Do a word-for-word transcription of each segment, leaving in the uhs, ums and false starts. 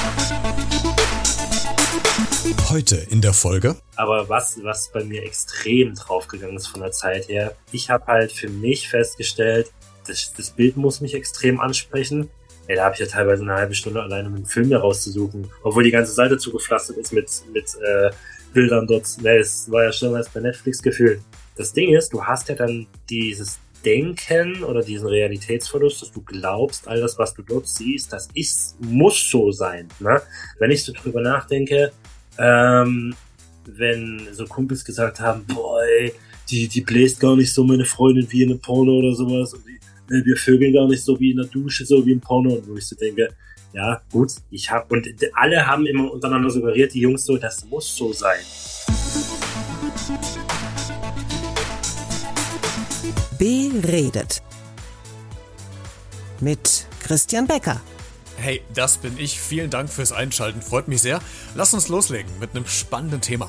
Heute in der Folge. Aber was, was bei mir extrem draufgegangen ist von der Zeit her, ich habe halt für mich festgestellt, das, das Bild muss mich extrem ansprechen. Ey, da habe ich ja teilweise eine halbe Stunde alleine mit dem Film da rauszusuchen, obwohl die ganze Seite zugepflastert ist mit, mit äh, Bildern dort. Ne, es war ja schlimmer als bei Netflix gefühlt. Das Ding ist, du hast ja dann dieses Denken oder diesen Realitätsverlust, dass du glaubst, all das, was du dort siehst, das ist, muss so sein. Ne? Wenn ich so drüber nachdenke, ähm, wenn so Kumpels gesagt haben, boah, ey, die, die bläst gar nicht so meine Freundin wie in einem Porno oder sowas und die, äh, wir vögeln gar nicht so wie in der Dusche, so wie im Porno, und wo ich so denke, ja, gut, ich hab, und alle haben immer untereinander suggeriert, die Jungs so, das muss so sein. Beredet mit Christian Becker. Hey, das bin ich. Vielen Dank fürs Einschalten. Freut mich sehr. Lass uns loslegen mit einem spannenden Thema.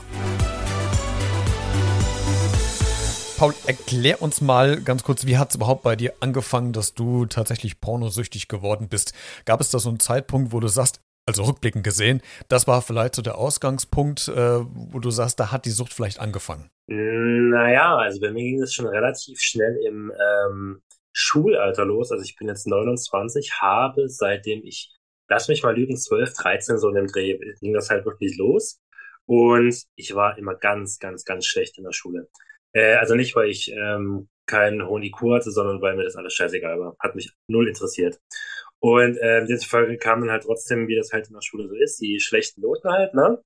Paul, erklär uns mal ganz kurz, wie hat es überhaupt bei dir angefangen, dass du tatsächlich pornosüchtig geworden bist? Gab es da so einen Zeitpunkt, wo du sagst, also rückblickend gesehen, das war vielleicht so der Ausgangspunkt, äh, wo du sagst, da hat die Sucht vielleicht angefangen? Naja, also bei mir ging es schon relativ schnell im ähm, Schulalter los. Also ich bin jetzt neunundzwanzig, habe seitdem ich, lass mich mal lügen, zwölf, dreizehn so in dem Dreh, ging das halt wirklich los. Und ich war immer ganz, ganz, ganz schlecht in der Schule. Äh, also nicht, weil ich ähm, keinen hohen I Q hatte, sondern weil mir das alles scheißegal war. Hat mich null interessiert. Und äh, demzufolge kam dann halt trotzdem, wie das halt in der Schule so ist, die schlechten Noten halt, ne?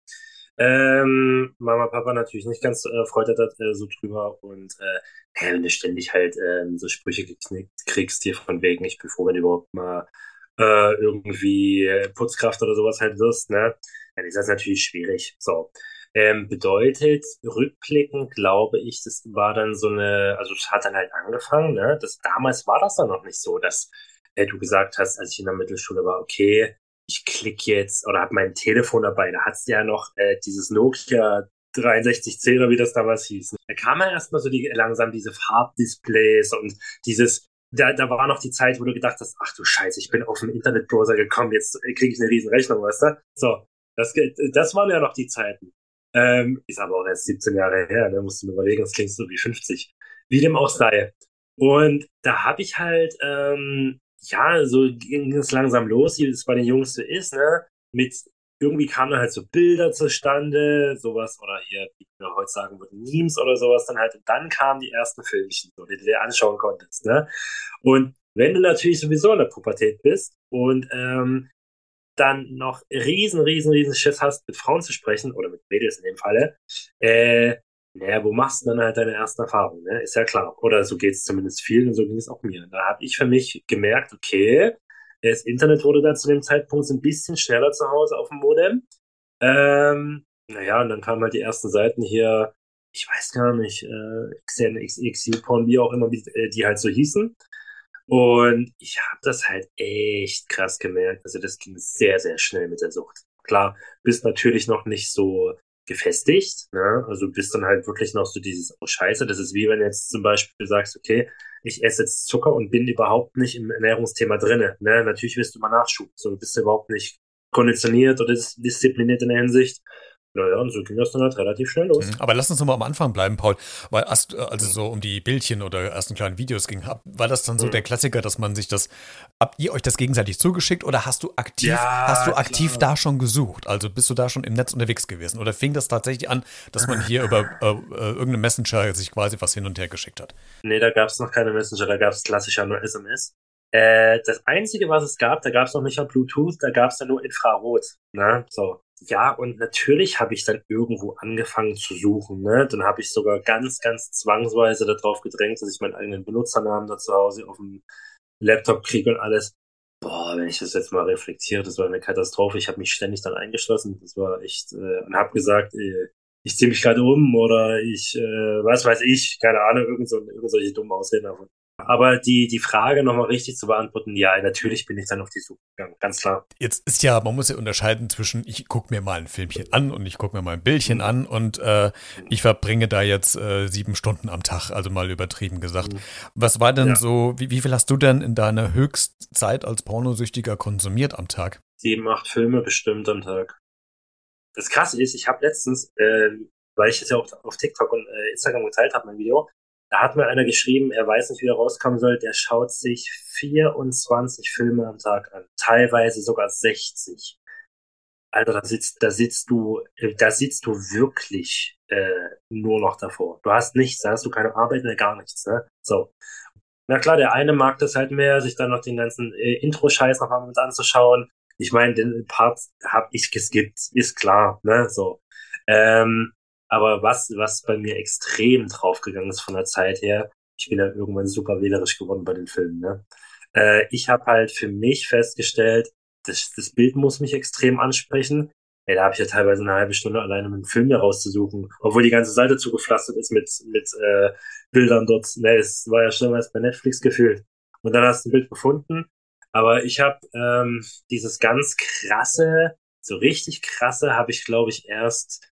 Ähm, Mama, Papa natürlich nicht ganz äh, freut er da äh, so drüber. Und äh, ja, wenn du ständig halt äh, so Sprüche geknickt kriegst hier von wegen, ich bin froh, wenn du überhaupt mal äh, irgendwie Putzkraft oder sowas halt wirst, ne? Dann ist das natürlich schwierig. So. Ähm, bedeutet, rückblickend glaube ich, das war dann so eine, also es hat dann halt angefangen, ne? Das, damals war das dann noch nicht so, dass äh, du gesagt hast, als ich in der Mittelschule war, okay, ich klicke jetzt oder habe mein Telefon dabei, da hat's ja noch äh, dieses Nokia dreiundsechzig zehn oder wie das damals hieß. Da kam ja erstmal so die, langsam diese Farbdisplays und dieses, da, da war noch die Zeit, wo du gedacht hast, ach du Scheiße, ich bin auf den Internetbrowser gekommen, jetzt kriege ich eine riesen Rechnung, weißt du? So, das, das waren ja noch die Zeiten. Ähm, ist aber auch erst siebzehn Jahre her, ne? Musst du mir überlegen, das klingt so wie fünfzig. Wie dem auch sei. Und da habe ich halt, ähm, ja, so ging es langsam los, wie es bei den Jungs so ist, ne? Mit, irgendwie kamen dann halt so Bilder zustande, sowas, oder hier, wie wir heute sagen würden, Memes oder sowas dann halt. Und dann kamen die ersten Filmchen, so, die du dir anschauen konntest, ne? Und wenn du natürlich sowieso in der Pubertät bist und ähm, dann noch riesen, riesen, riesen Schiss hast, mit Frauen zu sprechen, oder mit Mädels in dem Falle, äh, naja, wo machst du dann halt deine ersten Erfahrungen, ne? Ist ja klar. Oder so geht's zumindest vielen und so ging es auch mir. Da habe ich für mich gemerkt, okay, das Internet wurde da zu dem Zeitpunkt so ein bisschen schneller zu Hause auf dem Modem. Ähm, naja, und dann kamen halt die ersten Seiten hier, ich weiß gar nicht, äh, X N X X, YouPorn, wie auch immer, wie, äh, die halt so hießen. Und ich habe das halt echt krass gemerkt. Also das ging sehr, sehr schnell mit der Sucht. Klar, bist natürlich noch nicht so gefestigt, ne? Also bist dann halt wirklich noch so dieses, oh Scheiße, das ist wie wenn du jetzt zum Beispiel sagst, okay, ich esse jetzt Zucker und bin überhaupt nicht im Ernährungsthema drinne, ne? Natürlich wirst du mal Nachschub, so du bist überhaupt nicht konditioniert oder diszipliniert in der Hinsicht. Naja, und so ging das dann halt relativ schnell los. Aber lass uns nochmal am Anfang bleiben, Paul, weil erst, also so um die Bildchen oder ersten kleinen Videos ging, war das dann so mhm. der Klassiker, dass man sich das, habt ihr euch das gegenseitig zugeschickt oder hast du aktiv, ja, hast du aktiv klar. da schon gesucht? Also bist du da schon im Netz unterwegs gewesen? Oder fing das tatsächlich an, dass man hier über äh, irgendeinen Messenger sich quasi was hin und her geschickt hat? Nee, da gab es noch keine Messenger, da gab es klassischer nur S M S. Äh, das Einzige, was es gab, da gab es noch nicht mal Bluetooth, da gab es dann nur Infrarot, ne, so. Ja, und natürlich habe ich dann irgendwo angefangen zu suchen, ne, dann habe ich sogar ganz, ganz zwangsweise darauf gedrängt, dass ich meinen eigenen Benutzernamen da zu Hause auf dem Laptop kriege und alles. Boah, wenn ich das jetzt mal reflektiere, das war eine Katastrophe, ich habe mich ständig dann eingeschlossen, das war echt, äh, und habe gesagt, äh, ich ziehe mich gerade um oder ich, äh, was weiß ich, keine Ahnung, irgend so, irgend solche dummen Ausreden davon. Aber die, die Frage nochmal richtig zu beantworten, ja, natürlich bin ich dann auf die Suche gegangen, ganz klar. Jetzt ist ja, man muss ja unterscheiden zwischen, ich gucke mir mal ein Filmchen an und ich gucke mir mal ein Bildchen mhm. an und äh, ich verbringe da jetzt äh, sieben Stunden am Tag, also mal übertrieben gesagt. Mhm. Was war denn ja. so, wie, wie viel hast du denn in deiner Höchstzeit als Pornosüchtiger konsumiert am Tag? Sieben, acht Filme bestimmt am Tag. Das Krasse ist, ich habe letztens, äh, weil ich das ja auch auf TikTok und äh, Instagram geteilt habe, mein Video, da hat mir einer geschrieben, er weiß nicht, wie er rauskommen soll, der schaut sich vierundzwanzig Filme am Tag an, teilweise sogar sechzig. Alter, da sitzt, da sitzt du, äh, da sitzt du wirklich äh, nur noch davor. Du hast nichts, da hast du keine Arbeit mehr, gar nichts, ne? So. Na klar, der eine mag das halt mehr, sich dann noch den ganzen äh, Intro-Scheiß noch mal mit anzuschauen. Ich meine, den Part hab ich geskippt, ist klar, ne? So. Ähm, aber was, was bei mir extrem draufgegangen ist von der Zeit her, ich bin ja irgendwann super wählerisch geworden bei den Filmen, ne? Äh, ich habe halt für mich festgestellt, das, das Bild muss mich extrem ansprechen. Ey, da habe ich ja teilweise eine halbe Stunde alleine mit dem Film hier rauszusuchen, obwohl die ganze Seite zugepflastert ist mit, mit äh, Bildern dort. Ne, es war ja schlimmer als bei Netflix gefühlt. Und dann hast du ein Bild gefunden. Aber ich habe ähm, dieses ganz krasse, so richtig krasse, habe ich, glaube ich, erst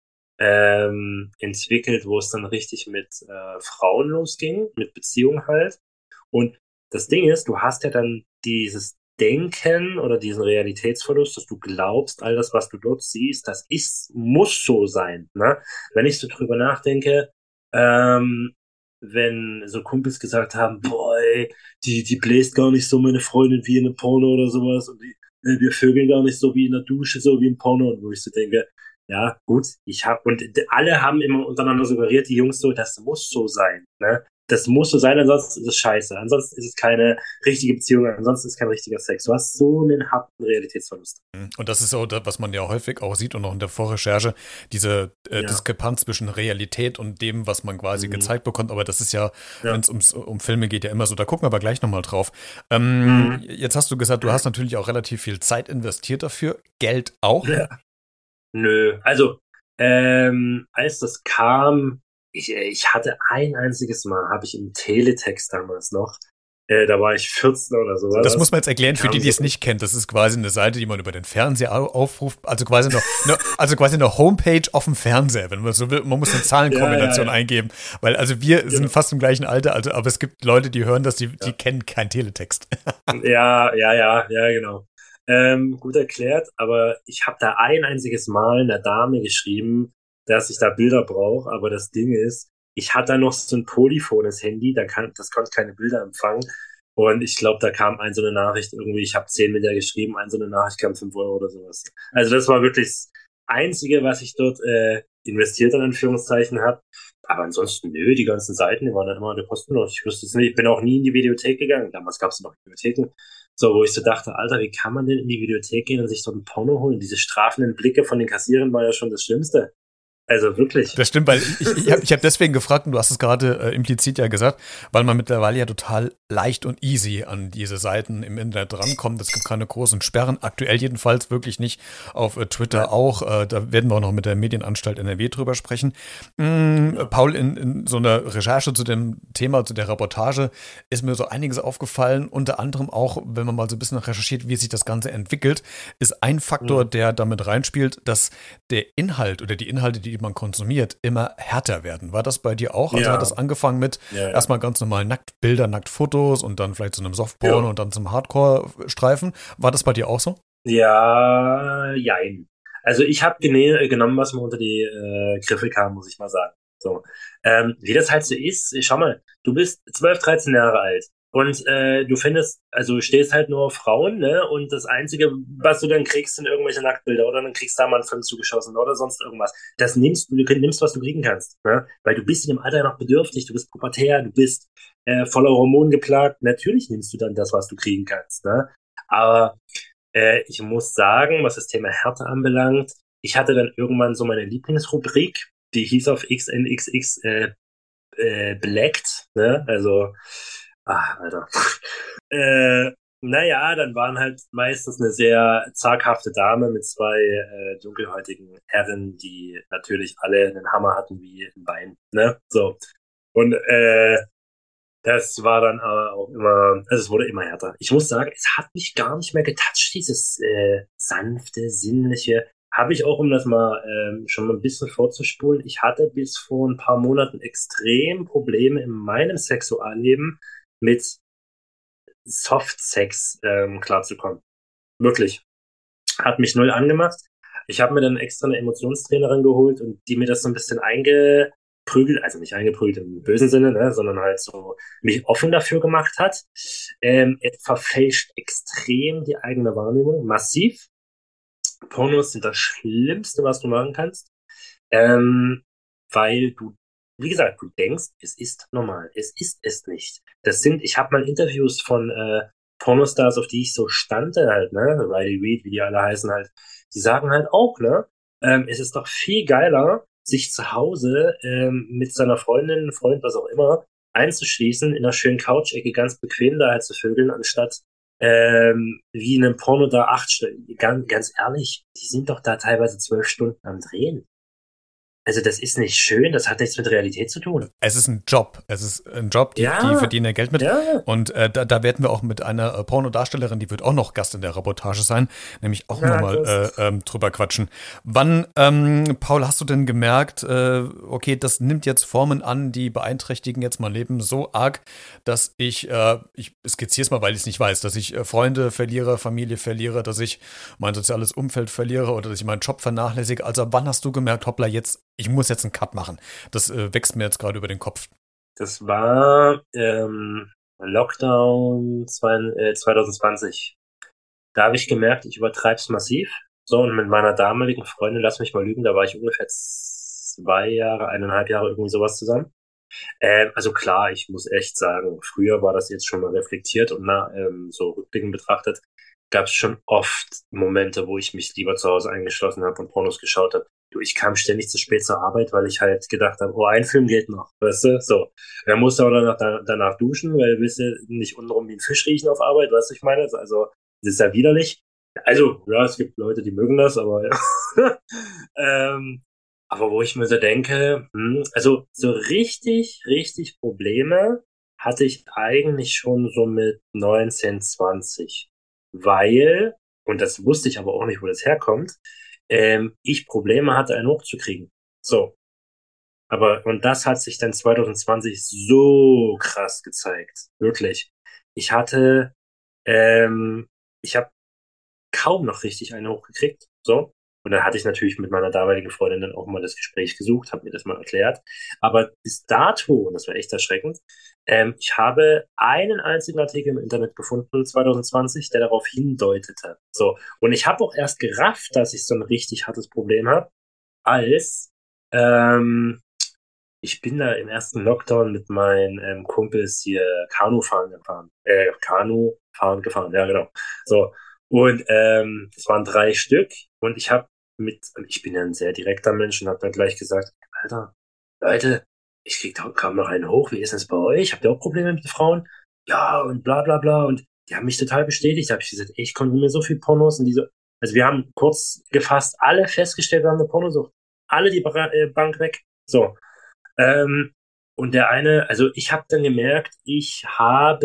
ähm, entwickelt, wo es dann richtig mit äh, Frauen losging, mit Beziehungen halt. Und das Ding ist, du hast ja dann dieses Denken oder diesen Realitätsverlust, dass du glaubst, all das, was du dort siehst, das ist, muss so sein. Ne? Wenn ich so drüber nachdenke, ähm, wenn so Kumpels gesagt haben, boah, ey, die, die bläst gar nicht so meine Freundin wie in einem Porno oder sowas und die, äh, wir vögeln gar nicht so wie in der Dusche, so wie im Porno, und wo ich so denke, ja, gut, ich hab, und alle haben immer untereinander suggeriert, die Jungs so, das muss so sein, ne? Das muss so sein, ansonsten ist es scheiße. Ansonsten ist es keine richtige Beziehung, ansonsten ist es kein richtiger Sex. Du hast so einen harten Realitätsverlust. Und das ist so, was man ja häufig auch sieht und auch in der Vorrecherche, diese äh, Ja. Diskrepanz zwischen Realität und dem, was man quasi Mhm. gezeigt bekommt. Aber das ist ja, Ja. wenn es um Filme geht, ja immer so. Da gucken wir aber gleich nochmal drauf. Ähm, Mhm. Jetzt hast du gesagt, du hast natürlich auch relativ viel Zeit investiert dafür. Geld auch? Ja. Nö, also, ähm, als das kam, ich, ich hatte ein einziges Mal, habe ich im Teletext damals noch, äh, da war ich vierzehn oder sowas. Das muss man jetzt erklären für Kam die, die so- es nicht kennt. Das ist quasi eine Seite, die man über den Fernseher au- aufruft. Also quasi eine, eine, also quasi eine Homepage auf dem Fernseher, wenn man so will. Man muss eine Zahlenkombination Ja, ja, ja. eingeben. Weil also wir sind Genau. fast im gleichen Alter, also, aber es gibt Leute, die hören das, die, die Ja. kennen keinen Teletext. Ja, ja, ja, ja, genau. Ähm, gut erklärt, aber ich habe da ein einziges Mal einer Dame geschrieben, dass ich da Bilder brauche, aber das Ding ist, ich hatte da noch so ein polyphones Handy, da kann, das konnte keine Bilder empfangen, und ich glaube, da kam ein so eine Nachricht irgendwie, ich habe zehn mit der geschrieben, ein so eine Nachricht kam fünf Euro oder sowas. Also das war wirklich das Einzige, was ich dort äh, investiert, in Anführungszeichen, habe. Aber ansonsten, nö, die ganzen Seiten, die waren dann immer kostenlos. Ich wusste es nicht, ich bin auch nie in die Videothek gegangen. Damals gab es noch Videotheken. So, wo ich so dachte, Alter, wie kann man denn in die Videothek gehen und sich so ein Porno holen? Diese strafenden Blicke von den Kassierern war ja schon das Schlimmste. Also wirklich. Das stimmt, weil ich, ich habe ich hab deswegen gefragt, und du hast es gerade äh, implizit ja gesagt, weil man mittlerweile ja total leicht und easy an diese Seiten im Internet rankommt. Es gibt keine großen Sperren, aktuell jedenfalls wirklich nicht, auf äh, Twitter Ja. auch. Äh, da werden wir auch noch mit der Medienanstalt N R W drüber sprechen. Mm, Ja. Paul, in, in so einer Recherche zu dem Thema, zu der Reportage, ist mir so einiges aufgefallen, unter anderem auch, wenn man mal so ein bisschen recherchiert, wie sich das Ganze entwickelt, ist ein Faktor, Mhm. der damit reinspielt, dass der Inhalt oder die Inhalte, die man konsumiert, immer härter werden. War das bei dir auch? Also Ja. hat das angefangen mit Ja, ja. erstmal ganz normal Nacktbilder, Nacktfotos und dann vielleicht zu einem Softporno Ja. und dann zum Hardcore-Streifen. War das bei dir auch so? Ja, jein. Also ich habe genommen, was mir unter die äh, Griffe kam, muss ich mal sagen. So. Ähm, wie das halt so ist, schau mal, du bist zwölf, dreizehn Jahre alt und äh, du findest, also du stehst halt nur auf Frauen, ne? Und das Einzige, was du dann kriegst, sind irgendwelche Nacktbilder, oder dann kriegst du da mal einen Film zugeschossen oder sonst irgendwas. Das nimmst du, du nimmst, was du kriegen kannst, ne? Weil du bist in dem Alter ja noch bedürftig, du bist pubertär, du bist äh, voller Hormonen geplagt. Natürlich nimmst du dann das, was du kriegen kannst, ne? Aber äh, ich muss sagen, was das Thema Härte anbelangt, ich hatte dann irgendwann so meine Lieblingsrubrik, die hieß auf X N X X äh, äh, Blacked, ne? Also, ah, Alter. äh, naja, dann waren halt meistens eine sehr zaghafte Dame mit zwei äh, dunkelhäutigen Herren, die natürlich alle einen Hammer hatten wie ein Bein, ne? So. Und äh, das war dann aber auch immer, also es wurde immer härter. Ich muss sagen, es hat mich gar nicht mehr getoucht, dieses äh, sanfte, sinnliche. Habe ich auch, um das mal ähm, schon mal ein bisschen vorzuspulen, ich hatte bis vor ein paar Monaten extrem Probleme in meinem Sexualleben mit Softsex ähm, klarzukommen. Wirklich. Hat mich null angemacht. Ich habe mir dann extra eine Emotionstrainerin geholt und die mir das so ein bisschen eingeprügelt, also nicht eingeprügelt im bösen Sinne, ne, sondern halt so mich offen dafür gemacht hat. Ähm, es verfälscht extrem die eigene Wahrnehmung, massiv. Pornos sind das Schlimmste, was du machen kannst, ähm, weil du, wie gesagt, du denkst, es ist normal. Es ist es nicht. Das sind, ich habe mal Interviews von äh, Pornostars, auf die ich so stande halt, ne, Riley Reid, wie die alle heißen halt, die sagen halt auch, ne, ähm, es ist doch viel geiler, sich zu Hause ähm, mit seiner Freundin, Freund, was auch immer, einzuschließen, in einer schönen Couch-Ecke ganz bequem da halt zu vögeln, anstatt ähm, wie in einem Porno da acht Stunden. Ganz, ganz ehrlich, die sind doch da teilweise zwölf Stunden am Drehen. Also das ist nicht schön, das hat nichts mit Realität zu tun. Es ist ein Job. Es ist ein Job, die, die Ja, verdienen ja Geld mit. ja, Und äh, da, da werden wir auch mit einer äh, Pornodarstellerin, die wird auch noch Gast in der Reportage sein, nämlich auch na, nochmal das, äh, ähm, drüber quatschen. Wann, ähm, Paul, hast du denn gemerkt, äh, okay, das nimmt jetzt Formen an, die beeinträchtigen jetzt mein Leben so arg, dass ich, äh, ich skizziere es mal, weil ich es nicht weiß, dass ich äh, Freunde verliere, Familie verliere, dass ich mein soziales Umfeld verliere oder dass ich meinen Job vernachlässige. Also wann hast du gemerkt, hoppla, jetzt, ich muss jetzt einen Cut machen? Das äh, wächst mir jetzt gerade über den Kopf. das war ähm, Lockdown zwei, äh, zwanzig zwanzig. Da habe ich gemerkt, ich übertreibe es massiv. So, und mit meiner damaligen Freundin, lass mich mal lügen, da war ich ungefähr zwei Jahre, eineinhalb Jahre irgendwie sowas zusammen. Ähm, also klar, ich muss echt sagen, früher war das jetzt schon mal reflektiert und na, ähm, so rückblickend betrachtet, gab es schon oft Momente, wo ich mich lieber zu Hause eingeschlossen habe und Pornos geschaut habe. Du, ich kam ständig zu spät zur Arbeit, weil ich halt gedacht habe, oh, ein Film geht noch, weißt du? So. Dann musst du aber danach, danach duschen, weil du willst ja nicht untenrum wie ein Fisch riechen auf Arbeit, weißt du, ich meine? Also, das ist ja widerlich. Also, ja, es gibt Leute, die mögen das, aber ja. ähm, aber wo ich mir so denke, hm, also so richtig, richtig Probleme hatte ich eigentlich schon so mit neunzehn, zwanzig. Weil, und das wusste ich aber auch nicht, wo das herkommt, ähm, ich Probleme hatte, einen hochzukriegen. So. Aber, und das hat sich dann zwanzig zwanzig so krass gezeigt. Wirklich. Ich hatte, ähm, ich habe kaum noch richtig eine hochgekriegt. So. Und dann hatte ich natürlich mit meiner damaligen Freundin dann auch mal das Gespräch gesucht, habe mir das mal erklärt. Aber bis dato, und das war echt erschreckend, ähm, ich habe einen einzigen Artikel im Internet gefunden, zwanzig zwanzig, der darauf hindeutete. So. Und ich habe auch erst gerafft, dass ich so ein richtig hartes Problem habe, als ähm, ich bin da im ersten Lockdown mit meinen ähm, Kumpels hier Kanufahren gefahren. Äh, Kanufahren gefahren, ja genau. So. Und ähm, es waren drei Stück und ich habe mit, und ich bin ja ein sehr direkter Mensch und habe dann gleich gesagt, Alter, Leute, ich krieg da kaum noch einen hoch, wie ist das bei euch? Habt ihr auch Probleme mit den Frauen? Ja, und bla bla bla. Und die haben mich total bestätigt. Da habe ich gesagt, ey, ich konsumiere so viel Pornos und diese, also wir haben kurz gefasst alle festgestellt, wir haben eine Pornosucht. Alle die Bra äh, Bank weg. So. Ähm, und der eine, also ich habe dann gemerkt, ich habe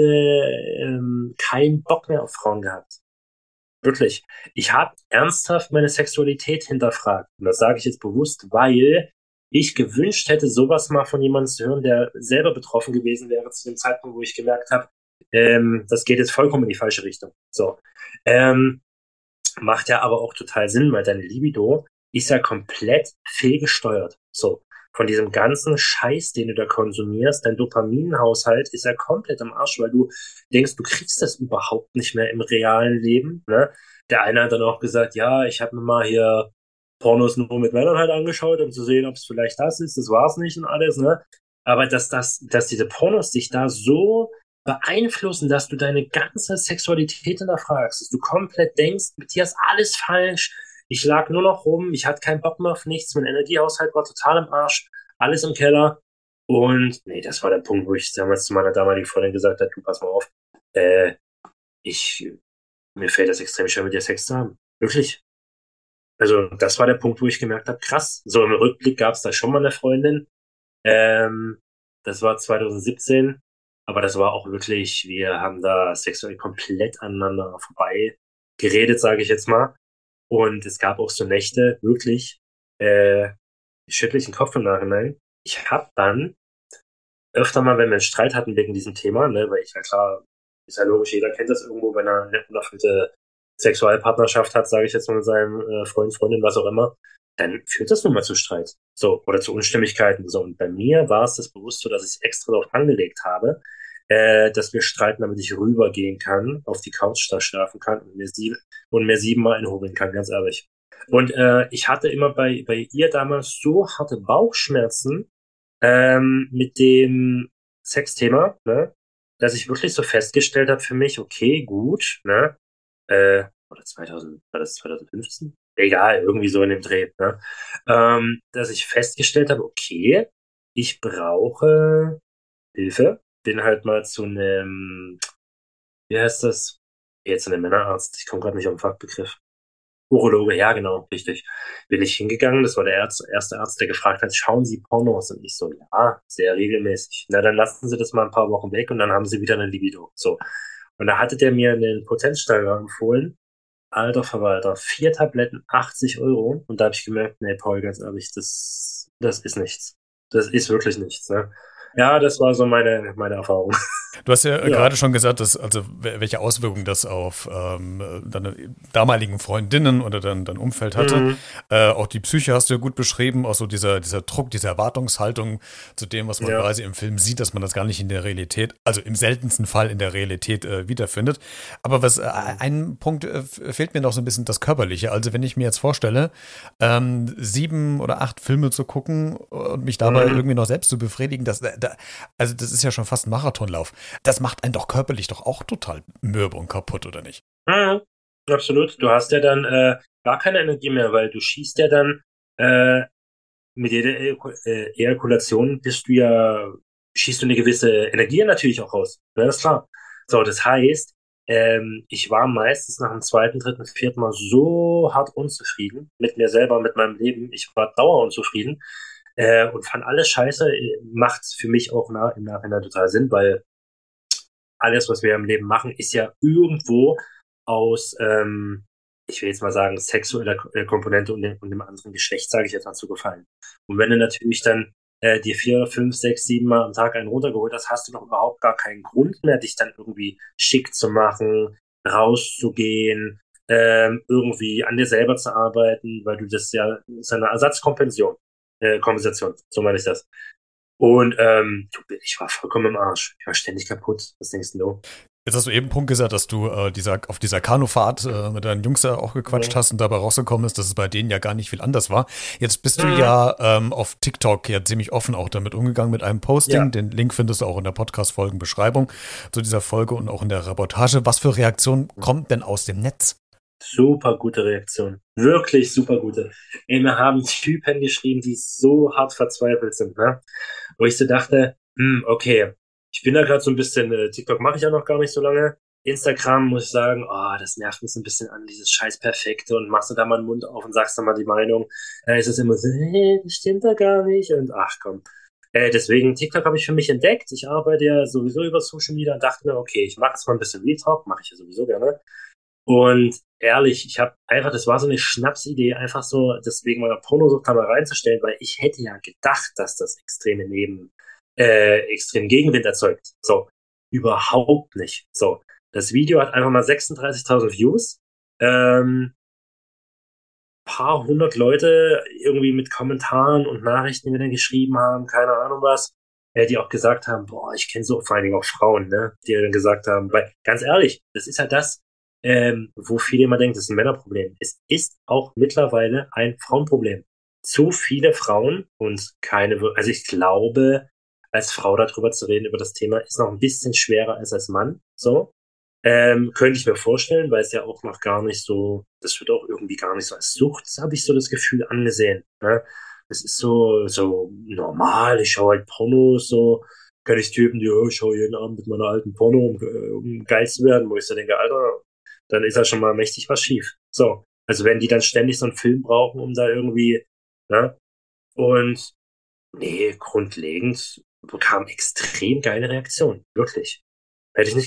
ähm, keinen Bock mehr auf Frauen gehabt. Wirklich. Ich habe ernsthaft meine Sexualität hinterfragt. Und das sage ich jetzt bewusst, weil ich gewünscht hätte, sowas mal von jemandem zu hören, der selber betroffen gewesen wäre zu dem Zeitpunkt, wo ich gemerkt habe, ähm, das geht jetzt vollkommen in die falsche Richtung. So. Ähm, macht ja aber auch total Sinn, weil deine Libido ist ja komplett fehlgesteuert. So. Von diesem ganzen Scheiß, den du da konsumierst, dein Dopaminhaushalt ist ja komplett am Arsch, weil du denkst, du kriegst das überhaupt nicht mehr im realen Leben. Ne? Der eine hat dann auch gesagt, ja, ich habe mir mal hier Pornos nur mit Männern halt angeschaut, um zu sehen, ob es vielleicht das ist. Das war's nicht und alles, ne? Aber dass das, dass diese Pornos dich da so beeinflussen, dass du deine ganze Sexualität hinterfragst, dass du komplett denkst, mit dir ist alles falsch. Ich lag nur noch rum, ich hatte keinen Bock mehr auf nichts, mein Energiehaushalt war total im Arsch, alles im Keller. Und nee, das war der Punkt, wo ich damals zu meiner damaligen Freundin gesagt habe, du pass mal auf, äh, ich, mir fällt das extrem schwer, mit dir Sex zu haben. Wirklich. Also das war der Punkt, wo ich gemerkt habe, krass. So im Rückblick gab es da schon mal eine Freundin. Ähm, das war zwanzig siebzehn, aber das war auch wirklich, wir haben da sexuell komplett aneinander vorbei geredet, sage ich jetzt mal. Und es gab auch so Nächte, wirklich, äh, schüttle ich den Kopf im Nachhinein. Ich habe dann öfter mal, wenn wir einen Streit hatten wegen diesem Thema, ne, weil ich, ja klar, ist ja logisch, jeder kennt das irgendwo, wenn er eine unerfüllte Sexualpartnerschaft hat, sage ich jetzt mal mit seinem äh, Freund, Freundin, was auch immer, dann führt das nun mal zu Streit. So, oder zu Unstimmigkeiten. So, und bei mir war es das bewusst so, dass ich extra darauf angelegt habe, äh, dass wir streiten, damit ich rübergehen kann, auf die Couch da schlafen kann und mir sieben und mir siebenmal einhobeln kann, ganz ehrlich. Und äh, ich hatte immer bei, bei ihr damals so harte Bauchschmerzen ähm, mit dem Sexthema, ne, dass ich wirklich so festgestellt habe für mich, okay, gut, ne, äh, oder zweitausend, war das zwanzig fünfzehn? Egal, irgendwie so in dem Dreh, ne, ähm, dass ich festgestellt habe, okay, ich brauche Hilfe, bin halt mal zu einem, wie heißt das? Jetzt ein Männerarzt, ich komme gerade nicht auf den Fachbegriff. Urologe, ja, genau, richtig. Bin ich hingegangen, das war der Arzt, erste Arzt, der gefragt hat, schauen Sie Pornos? Und ich so, ja, sehr regelmäßig. Na, dann lassen Sie das mal ein paar Wochen weg und dann haben Sie wieder eine Libido. So. Und da hatte der mir einen Potenzsteiger empfohlen. Alter Verwalter, vier Tabletten, achtzig Euro. Und da habe ich gemerkt, nee, Paul, ganz ehrlich, das, das ist nichts. Das ist wirklich nichts, ne? Ja, das war so meine, meine Erfahrung. Du hast ja, ja, Ja. gerade schon gesagt, dass, also welche Auswirkungen das auf ähm, deine damaligen Freundinnen oder dein, dein Umfeld hatte. Mhm. Äh, auch die Psyche hast du ja gut beschrieben, auch so dieser, dieser Druck, diese Erwartungshaltung zu dem, was man ja. quasi im Film sieht, dass man das gar nicht in der Realität, also im seltensten Fall in der Realität äh, wiederfindet. Aber was äh, ein Punkt äh, fehlt mir noch so ein bisschen, das Körperliche. Also wenn ich mir jetzt vorstelle, ähm, sieben oder acht Filme zu gucken und mich dabei mhm. irgendwie noch selbst zu befriedigen, das, da, also das ist ja schon fast ein Marathonlauf. Das macht einen doch körperlich doch auch total mürbe und kaputt, oder nicht? Mhm, absolut. Du hast ja dann äh, gar keine Energie mehr, weil du schießt ja dann äh, mit jeder äh, Ejakulation bist du ja, schießt du eine gewisse Energie natürlich auch raus. Ja, das ist klar. So, das heißt, ähm, ich war meistens nach dem zweiten, dritten, vierten Mal so hart unzufrieden mit mir selber, mit meinem Leben. Ich war dauerunzufrieden äh, und fand alles scheiße. Macht für mich auch na, im Nachhinein total Sinn, weil alles, was wir im Leben machen, ist ja irgendwo aus, ähm, ich will jetzt mal sagen, sexueller Komponente und dem, und dem anderen Geschlecht, sage ich jetzt mal, zugefallen. Und wenn du natürlich dann äh, dir vier, fünf, sechs, sieben Mal am Tag einen runtergeholt hast, hast du doch überhaupt gar keinen Grund mehr, dich dann irgendwie schick zu machen, rauszugehen, ähm, irgendwie an dir selber zu arbeiten, weil du das ja, das ist eine Ersatzkompensation, äh, Kompensation, so meine ich das. Und ähm, ich war vollkommen im Arsch. Ich war ständig kaputt. Was denkst du? Jetzt hast du eben einen Punkt gesagt, dass du äh, dieser, auf dieser Kanufahrt äh, mit deinen Jungs ja auch gequatscht ja. hast und dabei rausgekommen ist, dass es bei denen ja gar nicht viel anders war. Jetzt bist du mhm. ja ähm, auf TikTok ja ziemlich offen auch damit umgegangen mit einem Posting. Ja. Den Link findest du auch in der Podcast-Folgenbeschreibung zu dieser Folge und auch in der Reportage. Was für Reaktionen kommt denn aus dem Netz? Super gute Reaktion. Wirklich super gute. Ey, wir haben Typen geschrieben, die so hart verzweifelt sind, ne? Wo ich so dachte, hm, okay, ich bin da gerade so ein bisschen, äh, TikTok mache ich ja noch gar nicht so lange. Instagram muss ich sagen, oh, das nervt mich so ein bisschen an, dieses scheiß Perfekte, und machst du da mal den Mund auf und sagst dann mal die Meinung, äh, ist es immer so, hey, das stimmt da gar nicht, und ach komm. Äh, deswegen, TikTok habe ich für mich entdeckt. Ich arbeite ja sowieso über Social Media und dachte mir, okay, ich mache jetzt mal ein bisschen Real Talk, mache ich ja sowieso gerne. Und ehrlich, ich habe einfach, das war so eine Schnapsidee, einfach so deswegen meiner Pornosucht da mal reinzustellen, weil ich hätte ja gedacht, dass das extreme Neben, äh, extremen Gegenwind erzeugt. So, überhaupt nicht. So, das Video hat einfach mal sechsunddreißigtausend Views, ähm, paar hundert Leute irgendwie mit Kommentaren und Nachrichten, die mir dann geschrieben haben, keine Ahnung was, äh, die auch gesagt haben, boah, ich kenne so vor allen Dingen auch Frauen, ne, die dann gesagt haben, weil, ganz ehrlich, das ist halt das, Ähm, wo viele immer denken, das ist ein Männerproblem. Es ist auch mittlerweile ein Frauenproblem. Zu viele Frauen und keine, also ich glaube, als Frau darüber zu reden, über das Thema, ist noch ein bisschen schwerer als als Mann, so. Ähm, könnte ich mir vorstellen, weil es ja auch noch gar nicht so, das wird auch irgendwie gar nicht so als Sucht, habe ich so das Gefühl, angesehen, ne? Es ist so, so normal, ich schaue halt Pornos, so, kenne ich Typen, die, oh, ich schaue jeden Abend mit meiner alten Porno, um, um geil zu werden, wo ich so denke, Alter, dann ist da schon mal mächtig was schief. So, also wenn die dann ständig so einen Film brauchen, um da irgendwie, ne? Und nee, grundlegend bekam extrem geile Reaktion. Wirklich. Hätte ich nicht gedacht.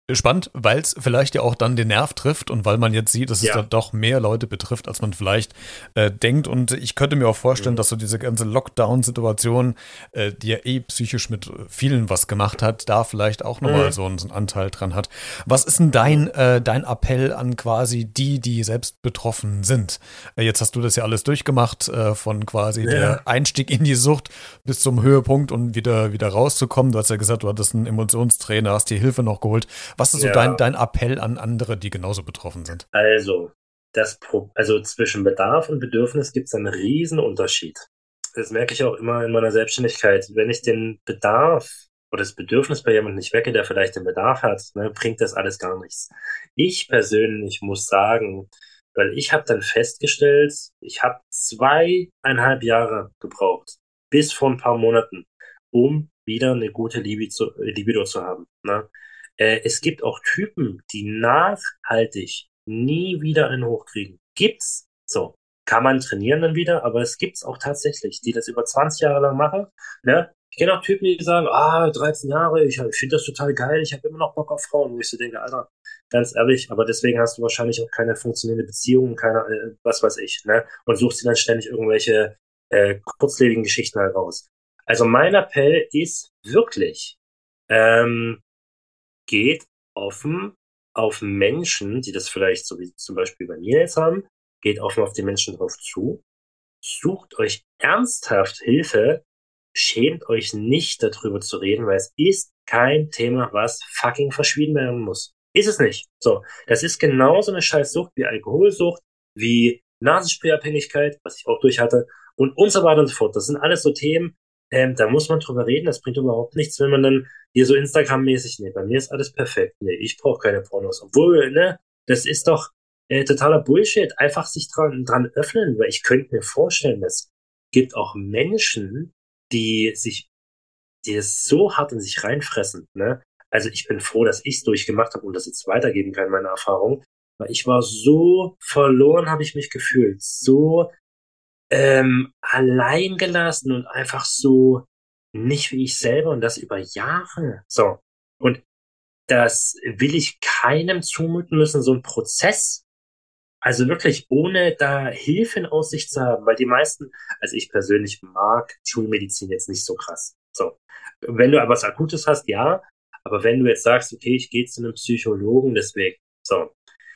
Spannend, weil es vielleicht ja auch dann den Nerv trifft und weil man jetzt sieht, dass es Ja. dann doch mehr Leute betrifft, als man vielleicht äh, denkt. Und ich könnte mir auch vorstellen, Mhm. dass so diese ganze Lockdown-Situation, äh, die ja eh psychisch mit vielen was gemacht hat, da vielleicht auch nochmal Mhm. so, einen- so einen Anteil dran hat. Was ist denn dein, äh, dein Appell an quasi die, die selbst betroffen sind? Äh, jetzt hast du das ja alles durchgemacht, äh, von quasi Ja. der Einstieg in die Sucht bis zum Höhepunkt und wieder, wieder rauszukommen. Du hast ja gesagt, du hattest einen Emotionstrainer, hast dir Hilfe noch geholt. Was ist so Ja. dein, dein Appell an andere, die genauso betroffen sind? Also, das Pro also zwischen Bedarf und Bedürfnis gibt es einen riesen Unterschied. Das merke ich auch immer in meiner Selbstständigkeit. Wenn ich den Bedarf oder das Bedürfnis bei jemandem nicht wecke, der vielleicht den Bedarf hat, ne, bringt das alles gar nichts. Ich persönlich muss sagen, weil ich habe dann festgestellt, ich habe zweieinhalb Jahre gebraucht, bis vor ein paar Monaten, um wieder eine gute Libido zu, Libido zu haben. Ne? Äh, es gibt auch Typen, die nachhaltig nie wieder einen hochkriegen. Gibt's. So. Kann man trainieren dann wieder, aber es gibt's auch tatsächlich, die das über zwanzig Jahre lang machen. Ne? Ich kenne auch Typen, die sagen, ah, dreizehn Jahre, ich, ich finde das total geil, ich habe immer noch Bock auf Frauen. Wo ich so denke, Alter, ganz ehrlich, aber deswegen hast du wahrscheinlich auch keine funktionierende Beziehung, keine, äh, was weiß ich, ne? Und suchst dir dann ständig irgendwelche äh, kurzlebigen Geschichten halt raus. Also mein Appell ist wirklich, ähm, geht offen auf Menschen, die das vielleicht so wie zum Beispiel bei mir jetzt haben, geht offen auf die Menschen drauf zu, sucht euch ernsthaft Hilfe, schämt euch nicht darüber zu reden, weil es ist kein Thema, was fucking verschwiegen werden muss. Ist es nicht. So, das ist genauso eine Scheißsucht wie Alkoholsucht, wie Nasenspray-Abhängigkeit, was ich auch durch hatte, und und so weiter und so fort. Das sind alles so Themen, ähm, da muss man drüber reden, das bringt überhaupt nichts, wenn man dann hier so Instagram-mäßig, nee, bei mir ist alles perfekt, nee, ich brauche keine Pornos. Obwohl, ne, das ist doch äh, totaler Bullshit. Einfach sich dran, dran öffnen, weil ich könnte mir vorstellen, es gibt auch Menschen, die sich, die es so hart in sich reinfressen, ne? Also ich bin froh, dass ich es durchgemacht habe und das jetzt weitergeben kann, meine Erfahrung. Weil ich war so verloren, habe ich mich gefühlt. So ähm, allein gelassen und einfach so nicht wie ich selber und das über Jahre. So. Und das will ich keinem zumuten müssen, so ein Prozess. Also wirklich, ohne da Hilfe in Aussicht zu haben, weil die meisten, also ich persönlich mag Schulmedizin jetzt nicht so krass. So. Wenn du aber was Akutes hast, ja. Aber wenn du jetzt sagst, okay, ich gehe zu einem Psychologen, deswegen, so.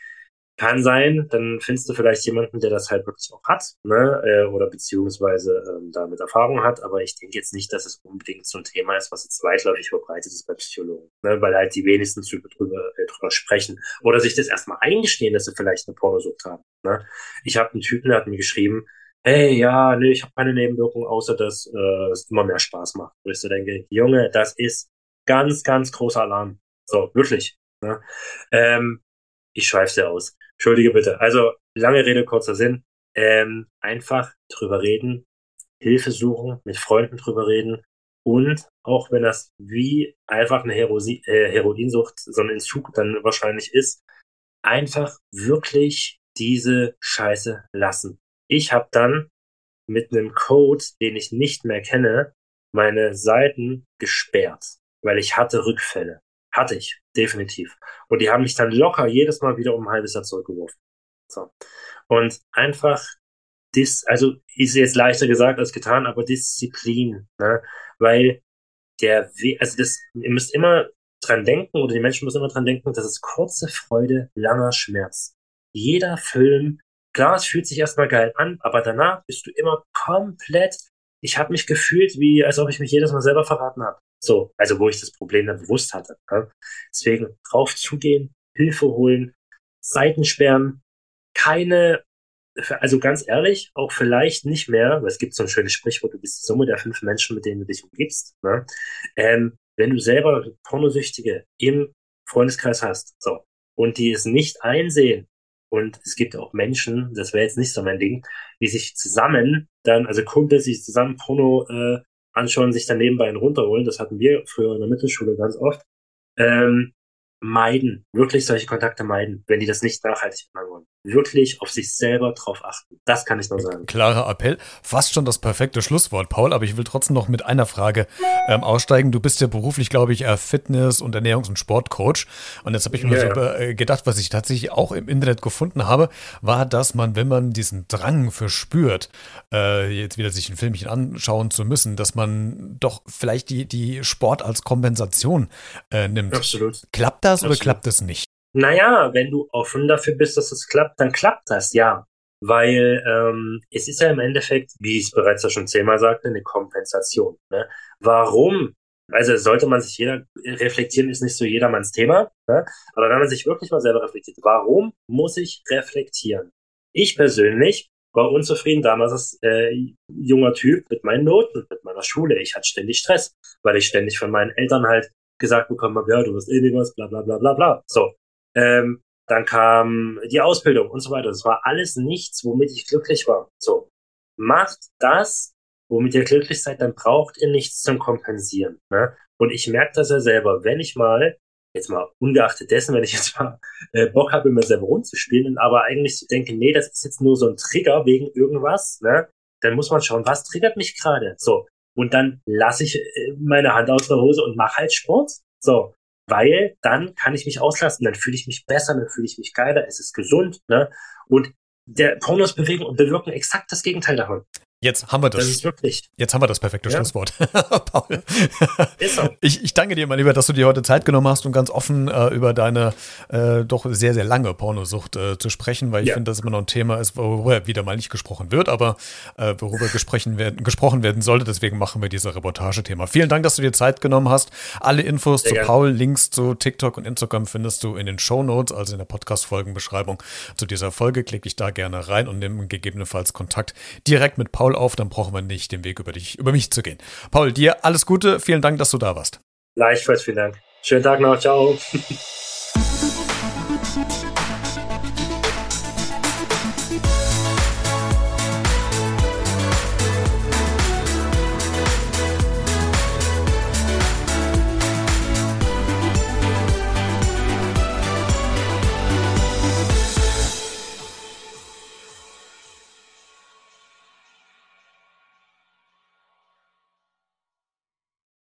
Kann sein, dann findest du vielleicht jemanden, der das halt wirklich auch hat, ne, äh, oder beziehungsweise ähm, damit Erfahrung hat, aber ich denke jetzt nicht, dass es unbedingt so ein Thema ist, was jetzt weitläufig verbreitet ist bei Psychologen, ne, weil halt die wenigsten drüber, drüber, äh, drüber sprechen oder sich das erstmal eingestehen, dass sie vielleicht eine Pornosucht haben, ne. Ich habe einen Typen, der hat mir geschrieben, hey, ja, nee, ich habe keine Nebenwirkungen, außer dass äh, es immer mehr Spaß macht. Wo ich so denke, Junge, das ist ganz, ganz großer Alarm. So, wirklich, ne. Ähm, ich schweife sehr aus. Entschuldige bitte. Also, lange Rede, kurzer Sinn. Ähm, einfach drüber reden, Hilfe suchen, mit Freunden drüber reden und auch wenn das wie einfach eine Herosi äh, Heroinsucht, so ein Entzug dann wahrscheinlich ist, einfach wirklich diese Scheiße lassen. Ich habe dann mit einem Code, den ich nicht mehr kenne, meine Seiten gesperrt, weil ich hatte Rückfälle. Hatte ich, definitiv. Und die haben mich dann locker jedes Mal wieder um ein halbes Jahr zurückgeworfen. So. Und einfach dis, also ist jetzt leichter gesagt als getan, aber Disziplin, ne? Weil der We also das, ihr müsst immer dran denken, oder die Menschen müssen immer dran denken, das ist kurze Freude, langer Schmerz. Jeder Film, klar, es fühlt sich erstmal geil an, aber danach bist du immer komplett, ich habe mich gefühlt, wie als ob ich mich jedes Mal selber verraten habe. So, also wo ich das Problem dann bewusst hatte. Ne? Deswegen drauf zugehen, Hilfe holen, Seiten sperren, keine, also ganz ehrlich, auch vielleicht nicht mehr, weil es gibt so ein schönes Sprichwort, du bist die Summe der fünf Menschen, mit denen du dich umgibst. Ne? Ähm, wenn du selber Pornosüchtige im Freundeskreis hast, so, und die es nicht einsehen, und es gibt auch Menschen, das wäre jetzt nicht so mein Ding, die sich zusammen dann, also Kumpels, sich zusammen Porno äh, anschauen, sich dann nebenbei einen runterholen, das hatten wir früher in der Mittelschule ganz oft, ähm, meiden, wirklich solche Kontakte meiden, wenn die das nicht nachhaltig machen wollen. wirklich auf sich selber drauf achten. Das kann ich nur sagen. Klarer Appell. Fast schon das perfekte Schlusswort, Paul. Aber ich will trotzdem noch mit einer Frage ähm, aussteigen. Du bist ja beruflich, glaube ich, Fitness- und Ernährungs- und Sportcoach. Und jetzt habe ich mir Ja, so ja. gedacht, was ich tatsächlich auch im Internet gefunden habe, war, dass man, wenn man diesen Drang verspürt, äh, jetzt wieder sich ein Filmchen anschauen zu müssen, dass man doch vielleicht die, die Sport als Kompensation äh, nimmt. Absolut. Klappt das Absolut. oder klappt das nicht? Naja, wenn du offen dafür bist, dass es klappt, dann klappt das, ja. Weil ähm, es ist ja im Endeffekt, wie ich es bereits ja schon zehnmal sagte, eine Kompensation. Ne? Warum? Also sollte man sich jeder reflektieren, ist nicht so jedermanns Thema. Ne? Aber wenn man sich wirklich mal selber reflektiert, warum muss ich reflektieren? Ich persönlich war unzufrieden damals als äh, junger Typ mit meinen Noten, mit meiner Schule. Ich hatte ständig Stress, weil ich ständig von meinen Eltern halt gesagt bekommen habe, ja, du wirst eh nicht was, bla bla bla bla bla. So. Ähm, dann kam die Ausbildung und so weiter. Das war alles nichts, womit ich glücklich war. So, macht das, womit ihr glücklich seid, dann braucht ihr nichts zum Kompensieren. Ne? Und ich merke das ja selber, wenn ich mal, jetzt mal ungeachtet dessen, wenn ich jetzt mal äh, Bock habe, mir selber rumzuspielen, aber eigentlich zu denken, nee, das ist jetzt nur so ein Trigger wegen irgendwas, ne? Dann muss man schauen, was triggert mich gerade? So, und dann lasse ich äh, meine Hand aus der Hose und mache halt Sport. So. Weil dann kann ich mich auslassen, dann fühle ich mich besser, dann fühle ich mich geiler, es ist gesund, ne? Und der Pornos bewegen und bewirken exakt das Gegenteil davon. Jetzt haben wir das. Das ist wirklich. Jetzt haben wir das perfekte Ja. Schlusswort. Paul. Ist so. Ich, ich danke dir, mein Lieber, dass du dir heute Zeit genommen hast, um ganz offen äh, über deine äh, doch sehr, sehr lange Pornosucht äh, zu sprechen, weil ich Ja. finde, dass immer noch ein Thema ist, worüber wieder mal nicht gesprochen wird, aber äh, worüber gesprochen werden, gesprochen werden sollte. Deswegen machen wir dieses Reportage-Thema. Vielen Dank, dass du dir Zeit genommen hast. Alle Infos Sehr zu gerne. Paul, Links zu TikTok und Instagram findest du in den Shownotes, also in der Podcast-Folgenbeschreibung zu dieser Folge. Klick dich da gerne rein und nimm gegebenenfalls Kontakt direkt mit Paul auf, dann brauchen wir nicht den Weg über dich, über mich zu gehen. Paul, dir alles Gute, vielen Dank, dass du da warst. Gleichfalls, vielen Dank. Schönen Tag noch, ciao.